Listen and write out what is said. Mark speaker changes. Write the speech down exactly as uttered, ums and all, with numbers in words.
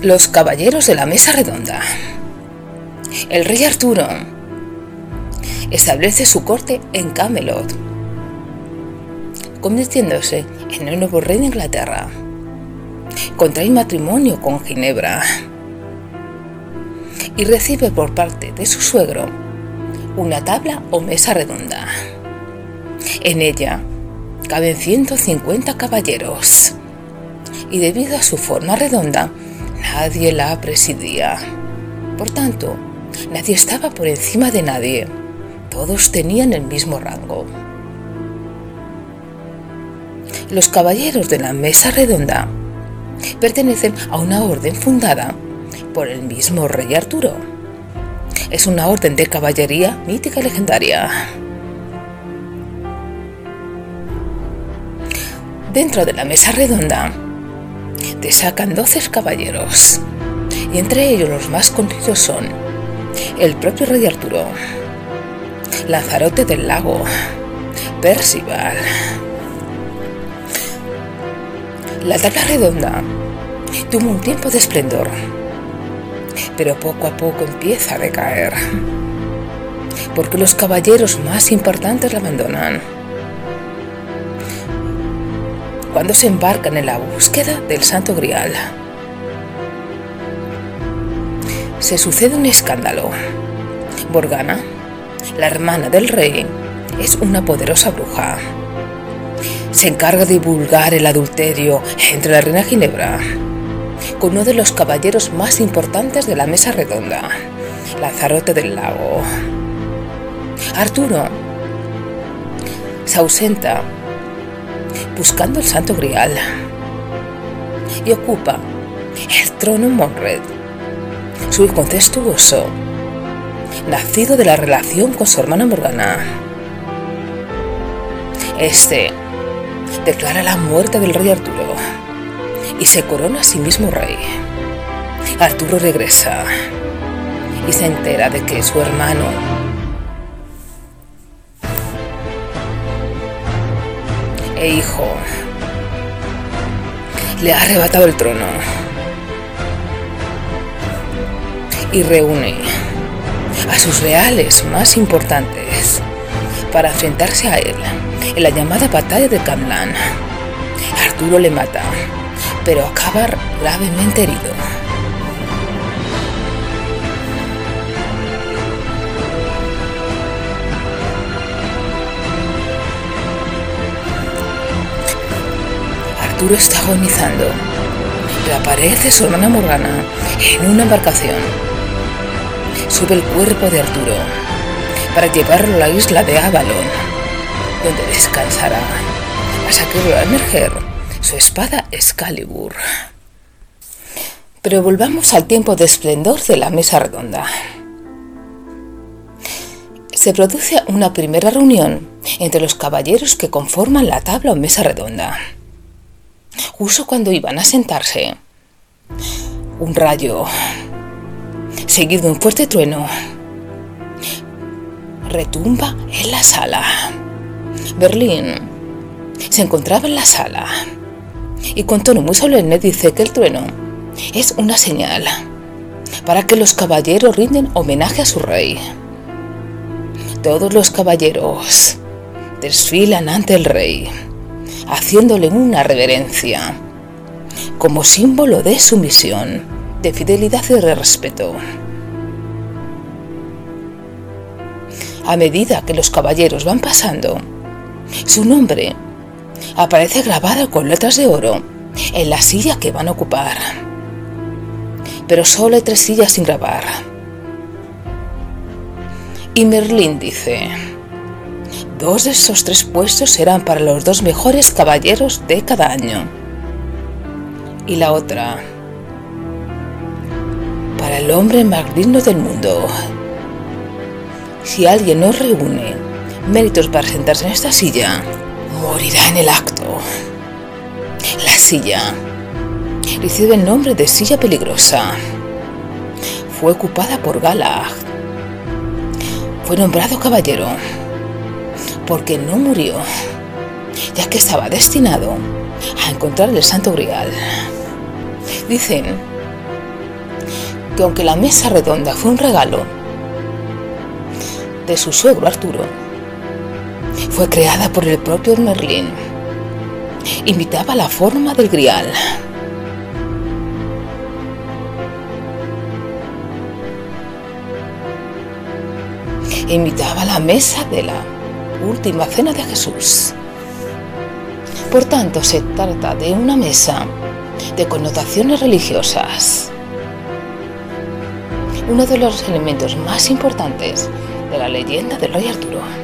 Speaker 1: Los caballeros de la mesa redonda. El rey Arturo establece su corte en Camelot, convirtiéndose en el nuevo rey de Inglaterra. Contrae matrimonio con Ginebra y recibe por parte de su suegro una tabla o mesa redonda. En ella caben ciento cincuenta caballeros y debido a su forma redonda nadie la presidía. Por tanto, nadie estaba por encima de nadie. Todos tenían el mismo rango. Los caballeros de la mesa redonda pertenecen a una orden fundada por el mismo rey Arturo. Es una orden de caballería mítica y legendaria. Dentro de la mesa redonda te sacan doce caballeros, y entre ellos los más conocidos son el propio rey Arturo, Lanzarote del Lago, Percival. La tabla redonda tuvo un tiempo de esplendor, pero poco a poco empieza a decaer, porque los caballeros más importantes la abandonan cuando se embarcan en la búsqueda del Santo Grial. Se sucede un escándalo. Morgana, la hermana del rey, es una poderosa bruja. Se encarga de divulgar el adulterio entre la reina Ginebra con uno de los caballeros más importantes de la mesa redonda, Lanzarote del Lago. Arturo se ausenta buscando el Santo Grial y ocupa el trono Monred, su hijo incestuoso, nacido de la relación con su hermana Morgana. Este declara la muerte del rey Arturo y se corona a sí mismo rey. Arturo regresa y se entera de que su hermano e hijo le ha arrebatado el trono y reúne a sus reales más importantes para enfrentarse a él en la llamada batalla de Camlan. Arturo le mata, pero acaba gravemente herido. Arturo está agonizando, pero aparece su hermana Morgana en una embarcación. Sube el cuerpo de Arturo para llevarlo a la isla de Avalon, donde descansará hasta que vuelva a emerger su espada Excalibur. Pero volvamos al tiempo de esplendor de la mesa redonda. Se produce una primera reunión entre los caballeros que conforman la tabla o mesa redonda. Justo cuando iban a sentarse, un rayo, seguido de un fuerte trueno, retumba en la sala. Berlín se encontraba en la sala y con tono muy solemne dice que el trueno es una señal para que los caballeros rinden homenaje a su rey. Todos los caballeros desfilan ante el rey, haciéndole una reverencia como símbolo de sumisión, de fidelidad y de respeto. A medida que los caballeros van pasando, su nombre aparece grabado con letras de oro en la silla que van a ocupar. Pero solo hay tres sillas sin grabar. Y Merlín dice: dos de esos tres puestos serán para los dos mejores caballeros de cada año. Y la otra, para el hombre más digno del mundo. Si alguien no reúne méritos para sentarse en esta silla, morirá en el acto. La silla recibe el nombre de silla peligrosa. Fue ocupada por Galahad. Fue nombrado caballero porque no murió, ya que estaba destinado a encontrar el Santo Grial. Dicen que aunque la mesa redonda fue un regalo de su suegro Arturo, fue creada por el propio Merlín. Imitaba la forma del grial. Imitaba la mesa de la última cena de Jesús. Por tanto, se trata de una mesa de connotaciones religiosas. Uno de los elementos más importantes de la leyenda del rey Arturo.